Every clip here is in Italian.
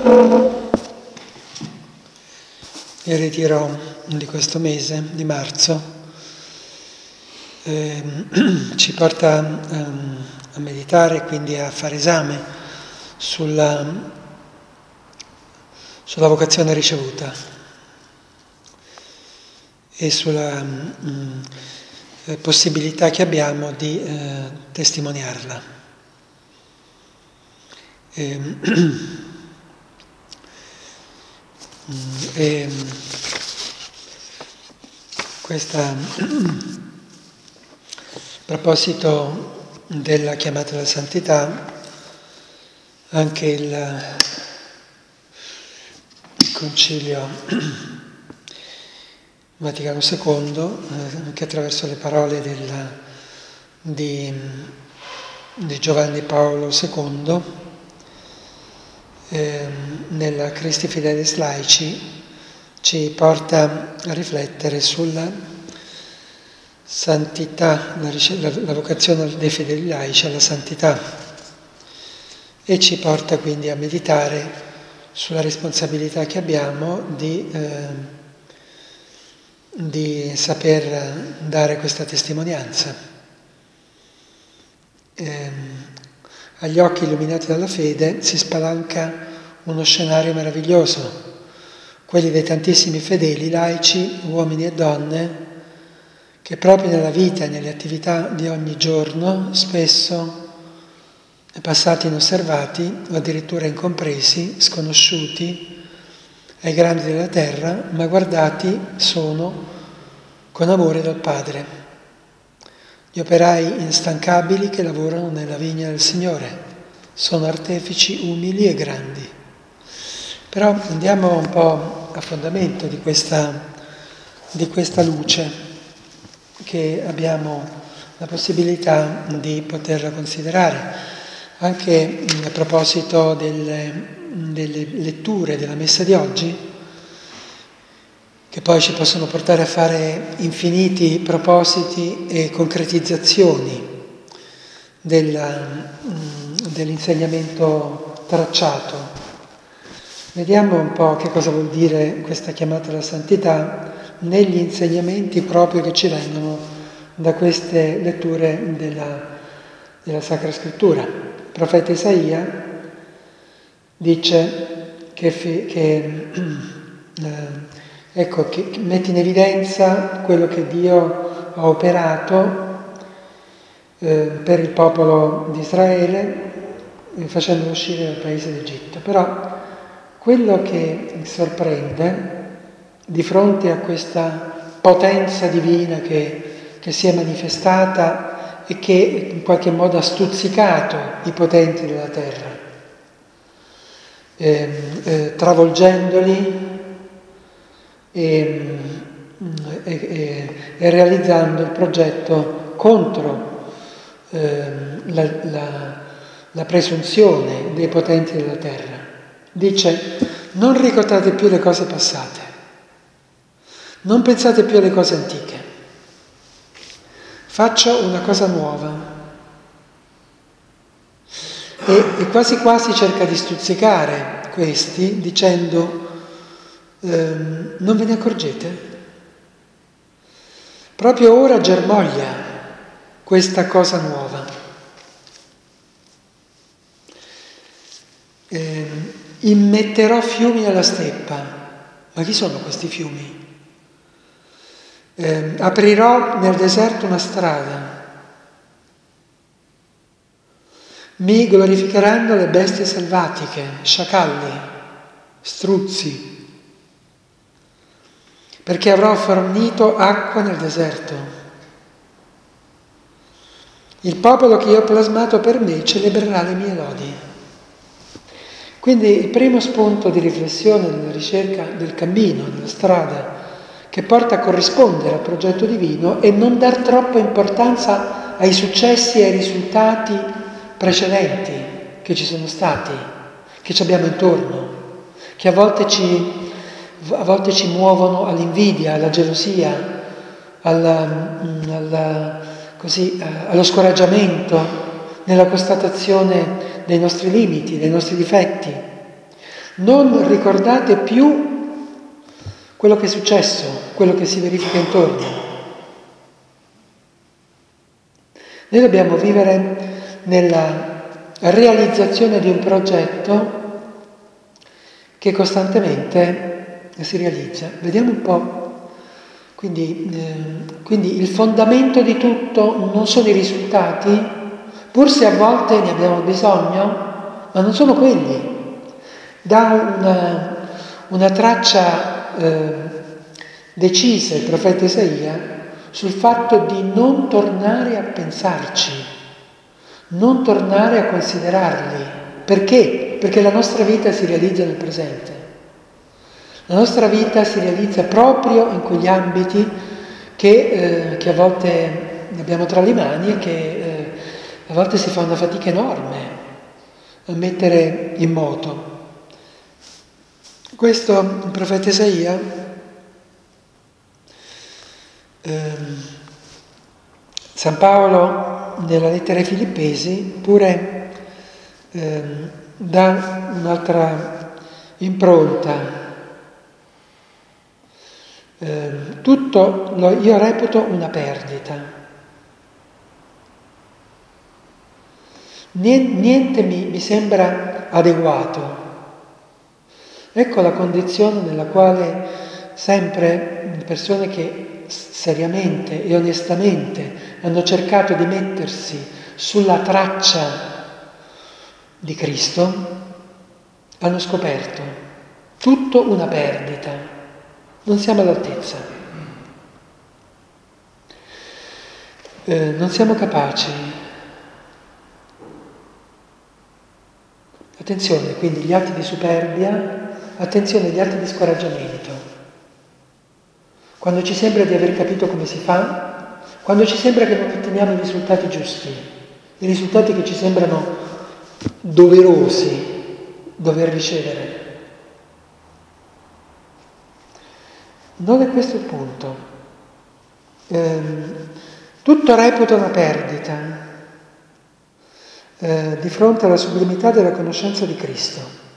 Il ritiro di questo mese, di marzo, ci porta a meditare e quindi a fare esame sulla vocazione ricevuta e sulla possibilità che abbiamo di testimoniarla. A proposito della chiamata alla santità, anche il Concilio Vaticano II, anche attraverso le parole di Giovanni Paolo II, nella Christi Fidelis Laici, ci porta a riflettere sulla santità, la vocazione dei fedeli laici alla santità, e ci porta quindi a meditare sulla responsabilità che abbiamo di saper dare questa testimonianza. Agli occhi illuminati dalla fede si spalanca uno scenario meraviglioso, quelli dei tantissimi fedeli laici, uomini e donne, che proprio nella vita e nelle attività di ogni giorno spesso passati inosservati o addirittura incompresi, sconosciuti ai grandi della terra, ma guardati sono con amore dal Padre. Gli operai instancabili che lavorano nella vigna del Signore sono artefici umili e grandi. Però andiamo un po' a fondamento di questa luce che abbiamo la possibilità di poterla considerare, anche a proposito delle letture della Messa di oggi, che poi ci possono portare a fare infiniti propositi e concretizzazioni dell'insegnamento tracciato. Vediamo un po' che cosa vuol dire questa chiamata alla santità negli insegnamenti proprio che ci vengono da queste letture della Sacra Scrittura. Il profeta Isaia dice che mette in evidenza quello che Dio ha operato per il popolo di Israele, facendolo uscire dal paese d'Egitto. Però quello che sorprende di fronte a questa potenza divina che si è manifestata e che in qualche modo ha stuzzicato i potenti della terra, travolgendoli e realizzando il progetto contro la presunzione dei potenti della terra. Dice: non ricordate più le cose passate, non pensate più alle cose antiche, faccio una cosa nuova. E quasi quasi cerca di stuzzicare questi dicendo: non ve ne accorgete? Proprio ora germoglia questa cosa nuova. Immetterò fiumi nella steppa. Ma chi sono questi fiumi? Aprirò nel deserto una strada. Mi glorificheranno le bestie selvatiche, sciacalli, struzzi, perché avrò fornito acqua nel deserto. Il popolo che io ho plasmato per me celebrerà le mie lodi. Quindi il primo spunto di riflessione nella ricerca del cammino, della strada, che porta a corrispondere al progetto divino e non dar troppa importanza ai successi e ai risultati precedenti che ci sono stati, che ci abbiamo intorno, che a volte ci muovono all'invidia, alla gelosia, allo scoraggiamento, nella constatazione dei nostri limiti, dei nostri difetti. Non ricordate più quello che è successo, quello che si verifica intorno. Noi dobbiamo vivere nella realizzazione di un progetto che costantemente si realizza. Vediamo un po'. Quindi il fondamento di tutto non sono i risultati, pur se a volte ne abbiamo bisogno, ma non sono quelli. Dà una traccia decisa il profeta Isaia sul fatto di non tornare a pensarci, non tornare a considerarli. Perché? Perché la nostra vita si realizza nel presente. La nostra vita si realizza proprio in quegli ambiti che a volte abbiamo tra le mani e che a volte si fa una fatica enorme a mettere in moto. Questo il profeta Isaia San Paolo nella lettera ai Filippesi pure dà un'altra impronta. Tutto io reputo una perdita. Niente mi sembra adeguato. Ecco la condizione nella quale sempre persone che seriamente e onestamente hanno cercato di mettersi sulla traccia di Cristo hanno scoperto tutto una perdita. Non siamo all'altezza, non siamo capaci. Attenzione, quindi gli atti di superbia, attenzione agli atti di scoraggiamento. Quando ci sembra di aver capito come si fa, quando ci sembra che non otteniamo i risultati giusti, i risultati che ci sembrano doverosi dover ricevere. Non è questo il punto. Tutto reputa una perdita di fronte alla sublimità della conoscenza di Cristo.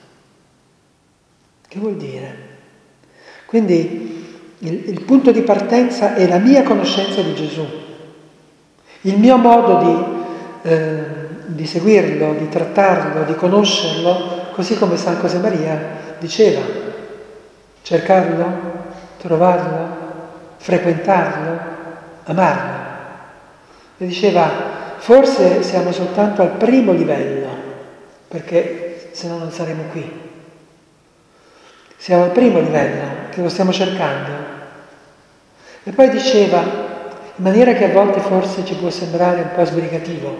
Che vuol dire? Quindi il punto di partenza è la mia conoscenza di Gesù, il mio modo di seguirlo, di trattarlo, di conoscerlo, così come San Josemaria diceva, cercarlo, trovarlo, frequentarlo, amarlo. E diceva, forse siamo soltanto al primo livello, perché se no non saremo qui. Siamo al primo livello, che lo stiamo cercando. E poi diceva, in maniera che a volte forse ci può sembrare un po' sbrigativo,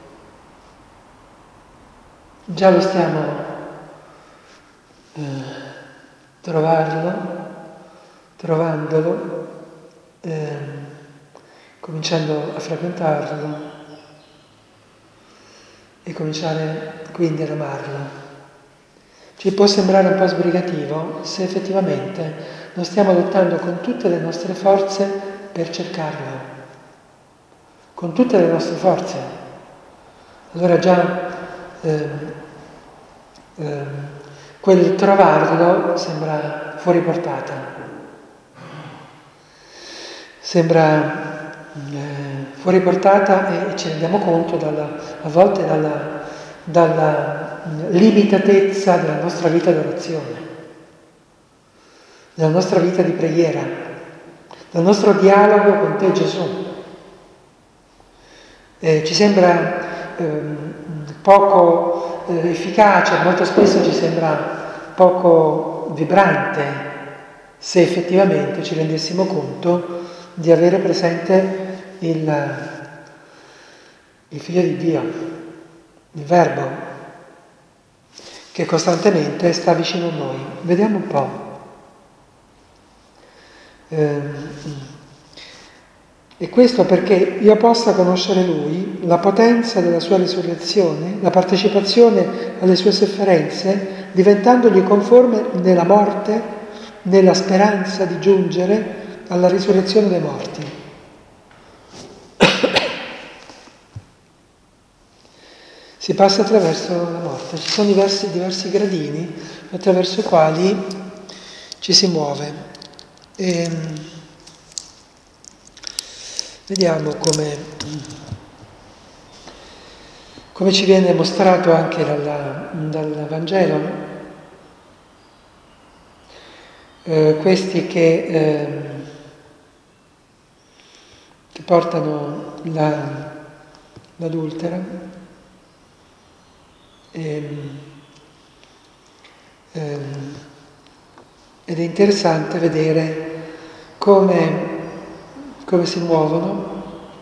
già lo stiamo trovandolo, cominciando a frequentarlo e cominciare quindi ad amarlo. Ci può sembrare un po' sbrigativo se effettivamente non stiamo lottando con tutte le nostre forze per cercarlo, con tutte le nostre forze. Allora già quel trovarlo sembra fuori portata, sembra fuori portata e ci rendiamo conto a volte dalla limitatezza della nostra vita d'orazione, della nostra vita di preghiera, del nostro dialogo con te Gesù. Ci sembra poco efficace, molto spesso ci sembra poco vibrante, se effettivamente ci rendessimo conto di avere presente il Figlio di Dio, il Verbo, che costantemente sta vicino a noi. Vediamo un po'. E questo perché io possa conoscere Lui, la potenza della sua risurrezione, la partecipazione alle sue sofferenze, diventandogli conforme nella morte, nella speranza di giungere alla risurrezione dei morti. si passa attraverso la morte. Ci sono diversi gradini attraverso i quali ci si muove. Vediamo come ci viene mostrato anche dal Vangelo. Questi che portano l'adultera ed è interessante vedere come si muovono,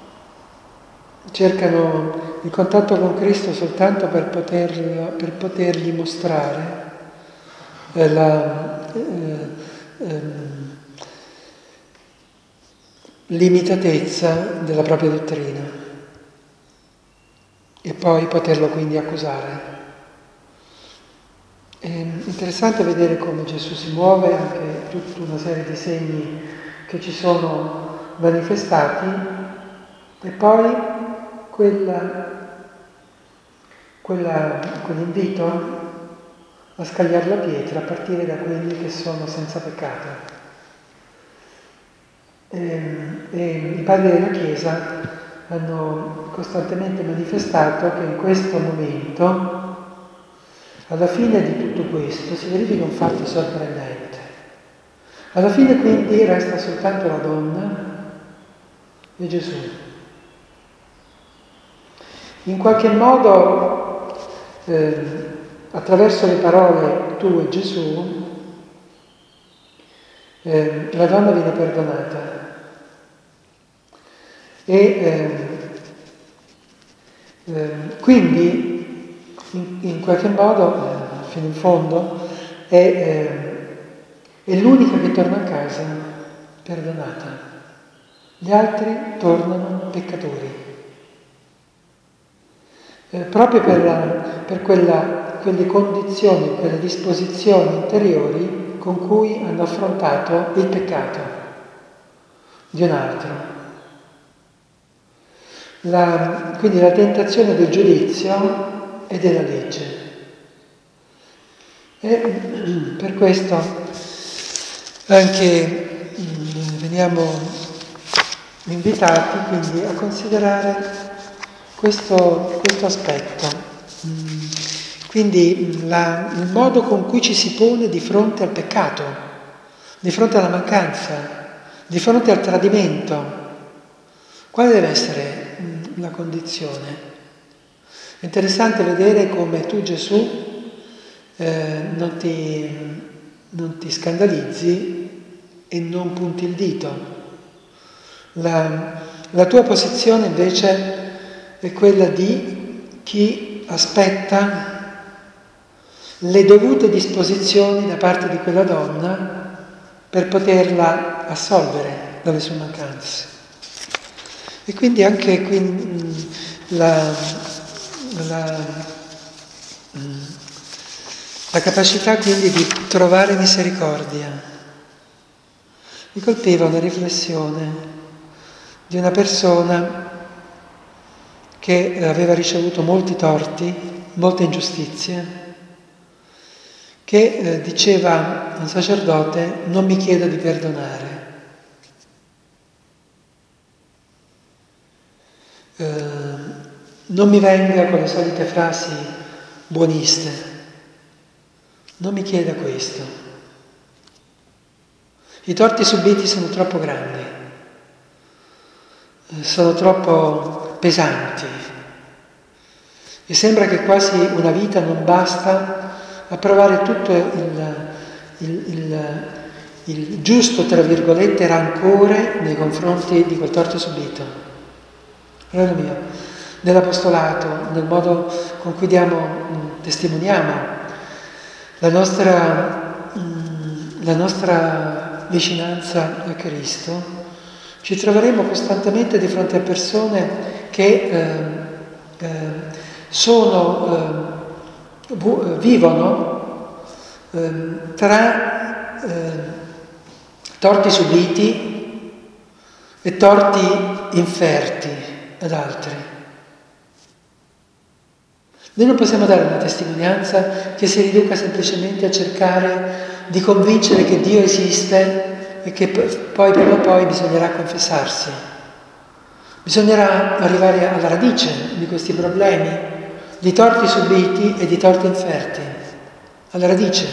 cercano il contatto con Cristo soltanto per potergli mostrare limitatezza della propria dottrina e poi poterlo quindi accusare. È interessante vedere come Gesù si muove, anche tutta una serie di segni che ci sono manifestati, e poi quell'invito a scagliare la pietra a partire da quelli che sono senza peccato. E i padri della Chiesa hanno costantemente manifestato che in questo momento, alla fine di tutto questo, si verifica un fatto sorprendente. Alla fine quindi resta soltanto la donna e Gesù. In qualche modo, attraverso le parole tu e Gesù, la donna viene perdonata e quindi in qualche modo, fino in fondo, è l'unica che torna a casa perdonata. Gli altri tornano peccatori. Proprio per quelle condizioni, quelle disposizioni interiori con cui hanno affrontato il peccato di un altro. Quindi la tentazione del giudizio e della legge. E per questo anche veniamo invitati quindi a considerare questo aspetto. Quindi il modo con cui ci si pone di fronte al peccato, di fronte alla mancanza, di fronte al tradimento. Quale deve essere la condizione? È interessante vedere come tu, Gesù, non ti scandalizzi e non punti il dito. La tua posizione invece è quella di chi aspetta le dovute disposizioni da parte di quella donna per poterla assolvere dalle sue mancanze. E quindi anche qui la capacità quindi di trovare misericordia. Mi colpiva una riflessione di una persona che aveva ricevuto molti torti, molte ingiustizie, che diceva al sacerdote: non mi chieda di perdonare. Non mi venga con le solite frasi buoniste, non mi chieda questo. I torti subiti sono troppo grandi, sono troppo pesanti e sembra che quasi una vita non basta a provare tutto il giusto, tra virgolette, rancore nei confronti di quel torto subito. Fratello mio, nell'apostolato, nel modo con cui testimoniamo la nostra vicinanza a Cristo, ci troveremo costantemente di fronte a persone che vivono tra torti subiti e torti inferti ad altri. Noi non possiamo dare una testimonianza che si riduca semplicemente a cercare di convincere che Dio esiste e che poi prima o poi bisognerà confessarsi. Bisognerà arrivare alla radice di questi problemi, di torti subiti e di torti inferti, alla radice.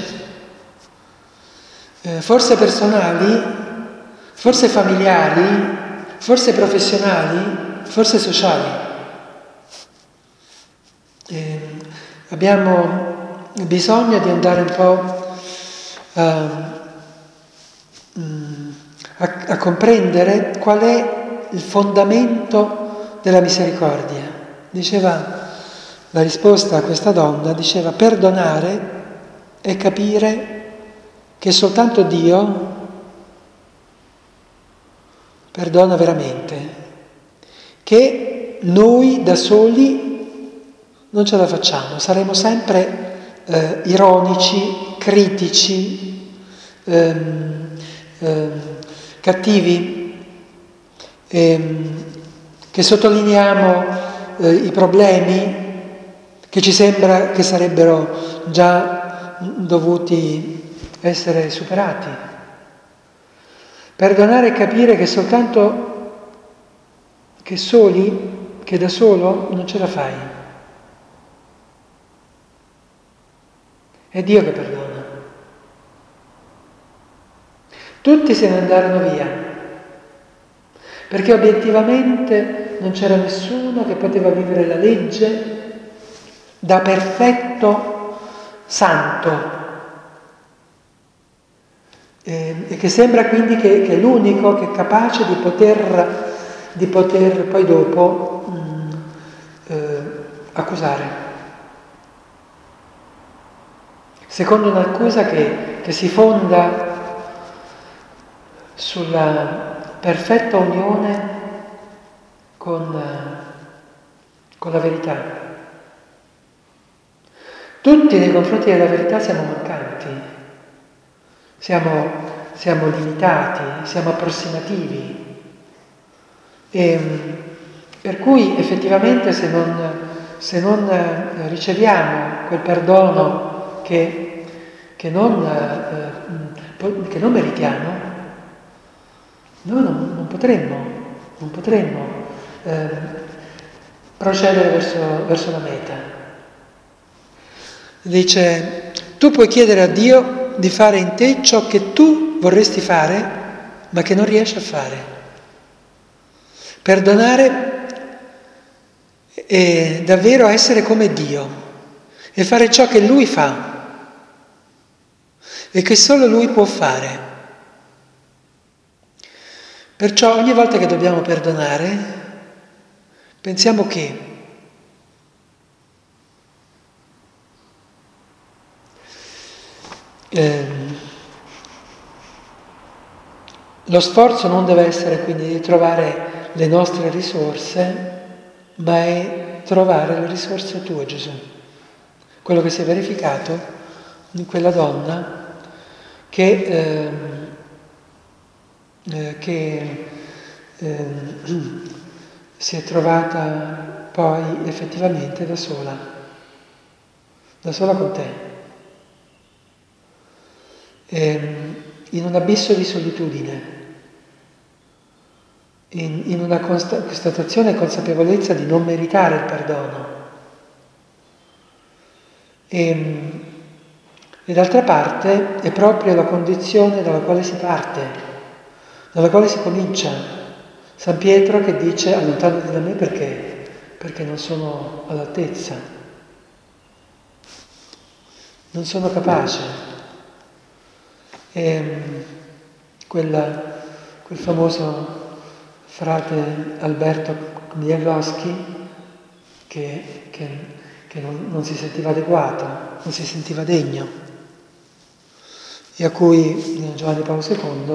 Forse personali, forse familiari, forse professionali, forse sociali. Abbiamo bisogno di andare un po' a comprendere qual è il fondamento della misericordia. Diceva la risposta a questa donna, diceva: perdonare è capire che soltanto Dio perdona veramente, che noi da soli non ce la facciamo, saremo sempre ironici, critici, cattivi, che sottolineiamo i problemi che ci sembra che sarebbero già dovuti essere superati. Perdonare e capire che soltanto che da solo non ce la fai. È Dio che perdona. Tutti se ne andarono via, perché obiettivamente non c'era nessuno che poteva vivere la legge da perfetto santo, e che sembra quindi che è l'unico che è capace di poter poi dopo accusare. Secondo un'accusa che si fonda sulla perfetta unione con la verità. Tutti nei confronti della verità siamo mancanti, siamo limitati, siamo approssimativi. E, per cui effettivamente se non riceviamo quel perdono che non meritiamo, noi non potremmo procedere verso la meta. Dice: tu puoi chiedere a Dio di fare in te ciò che tu vorresti fare, ma che non riesci a fare. Perdonare è davvero essere come Dio e fare ciò che Lui fa e che solo Lui può fare. Perciò ogni volta che dobbiamo perdonare, pensiamo che lo sforzo non deve essere quindi di trovare le nostre risorse, ma è trovare le risorse tue, Gesù. Quello che si è verificato in quella donna che si è trovata poi effettivamente da sola con te, in un abisso di solitudine, in una constatazione e consapevolezza di non meritare il perdono. E d'altra parte è proprio la condizione dalla quale si parte, dalla quale si comincia. San Pietro che dice: allontanati da me perché non sono all'altezza, non sono capace. Quel famoso frate Alberto Mijalowski che non si sentiva adeguato, non si sentiva degno, e a cui Giovanni Paolo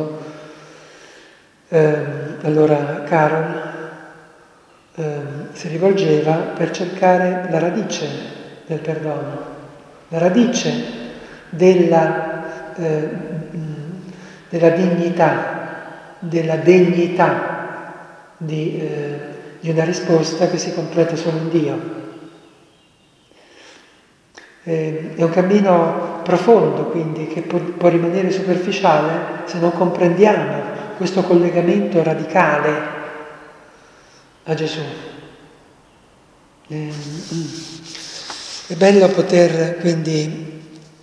II, allora Carol, si rivolgeva per cercare la radice del perdono, la radice della degnità di una risposta che si completa solo in Dio. È un cammino profondo, quindi, che può rimanere superficiale se non comprendiamo questo collegamento radicale a Gesù. È bello poter quindi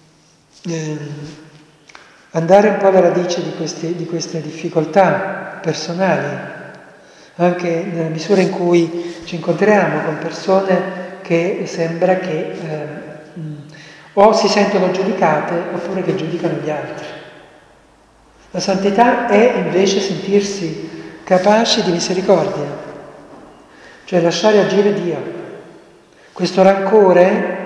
andare un po' alla radice di queste difficoltà personali, anche nella misura in cui ci incontriamo con persone che sembra che o si sentono giudicate oppure che giudicano gli altri. La santità è invece sentirsi capaci di misericordia, cioè lasciare agire Dio. Questo rancore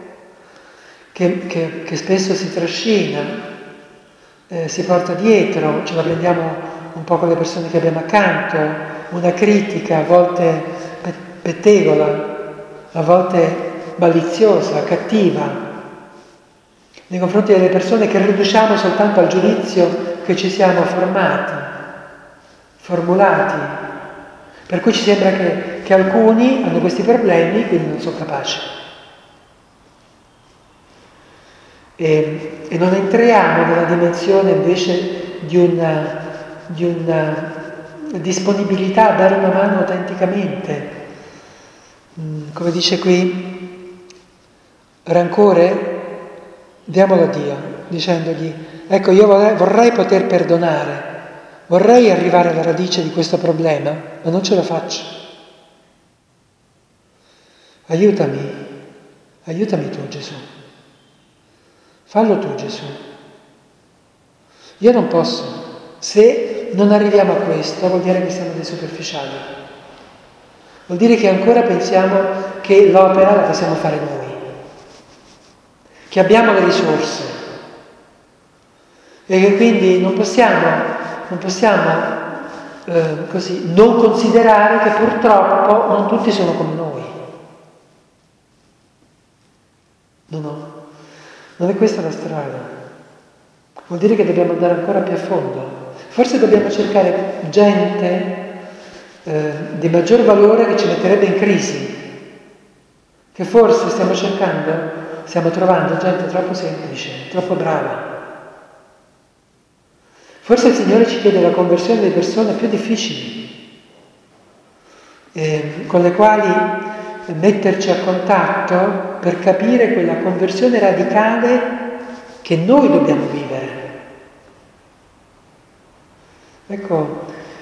che spesso si trascina, si porta dietro, ce la prendiamo un po' con le persone che abbiamo accanto, una critica a volte pettegola, a volte maliziosa, cattiva, nei confronti delle persone che riduciamo soltanto al giudizio che ci siamo formulati, per cui ci sembra che alcuni hanno questi problemi, quindi non sono capaci. E non entriamo nella dimensione invece di una disponibilità a dare una mano autenticamente. Come dice qui, rancore, diamolo a Dio, dicendogli, ecco, io vorrei poter perdonare, vorrei arrivare alla radice di questo problema, ma non ce la faccio. Aiutami tu, Gesù. Fallo tu, Gesù. Io non posso. Se non arriviamo a questo, vuol dire che siamo dei superficiali. Vuol dire che ancora pensiamo che l'opera la possiamo fare noi, che abbiamo le risorse e che quindi non possiamo così non considerare che purtroppo non tutti sono come noi. Non è questa la strada. Vuol dire che dobbiamo andare ancora più a fondo. Forse dobbiamo cercare gente di maggior valore che ci metterebbe in crisi, che forse stiamo trovando gente troppo semplice, troppo brava. Forse il Signore ci chiede la conversione di persone più difficili, con le quali metterci a contatto per capire quella conversione radicale che noi dobbiamo vivere. Ecco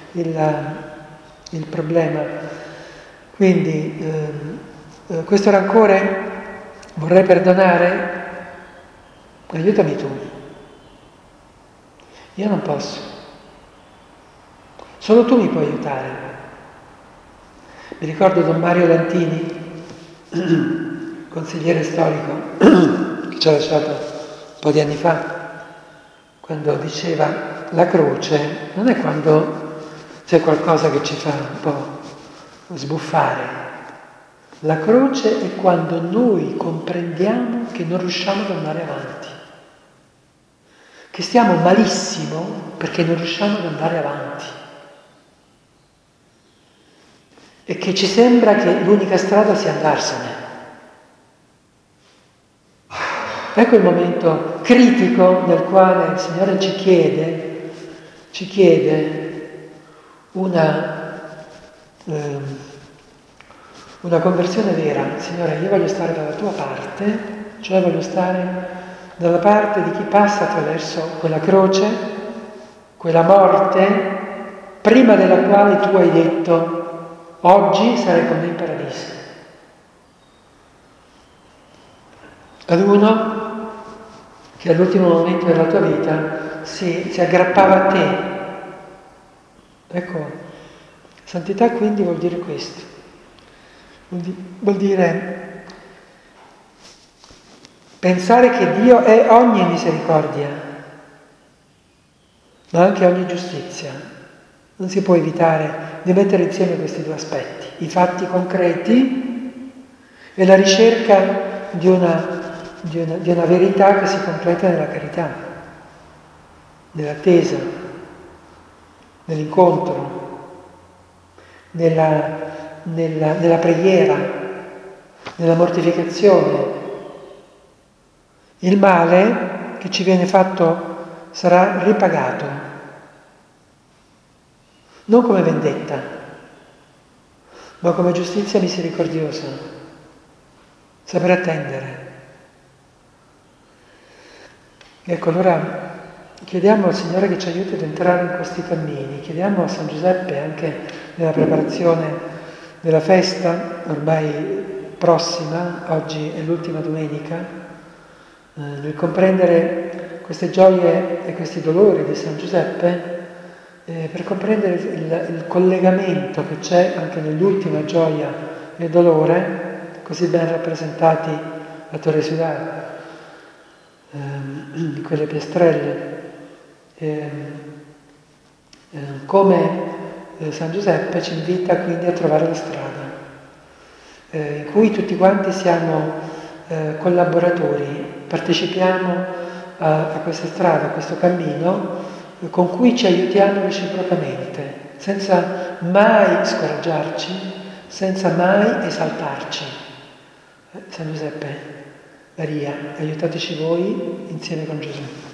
il problema. Quindi questo rancore, vorrei perdonare, aiutami tu. Io non posso. Solo tu mi puoi aiutare. Mi ricordo Don Mario Lantini, consigliere storico, che ci ha lasciato un po' di anni fa, quando diceva la croce non è quando c'è qualcosa che ci fa un po' sbuffare. La croce è quando noi comprendiamo che non riusciamo ad andare avanti, che stiamo malissimo perché non riusciamo ad andare avanti e che ci sembra che l'unica strada sia andarsene. Ecco il momento critico nel quale il Signore ci chiede una conversione vera. Signore, io voglio stare dalla tua parte, cioè voglio stare dalla parte di chi passa attraverso quella croce, quella morte, prima della quale tu hai detto, oggi sarai con me in paradiso. Ad uno che all'ultimo momento della tua vita si aggrappava a te. Ecco, santità quindi vuol dire questo. Vuol dire pensare che Dio è ogni misericordia, ma anche ogni giustizia. Non si può evitare di mettere insieme questi due aspetti, i fatti concreti e la ricerca di una verità che si completa nella carità, nell'attesa, nell'incontro, nella preghiera, nella mortificazione, Il male che ci viene fatto sarà ripagato, non come vendetta, ma come giustizia misericordiosa, saper attendere. Ecco, allora chiediamo al Signore che ci aiuti ad entrare in questi cammini, chiediamo a San Giuseppe anche nella preparazione della festa ormai prossima, oggi è l'ultima domenica, nel comprendere queste gioie e questi dolori di San Giuseppe, per comprendere il collegamento che c'è anche nell'ultima gioia e dolore, così ben rappresentati a Torre Sudà, di quelle piastrelle, come San Giuseppe ci invita quindi a trovare la strada, in cui tutti quanti siamo collaboratori, partecipiamo a questa strada, a questo cammino, con cui ci aiutiamo reciprocamente, senza mai scoraggiarci, senza mai esaltarci. San Giuseppe, Maria, aiutateci voi insieme con Gesù.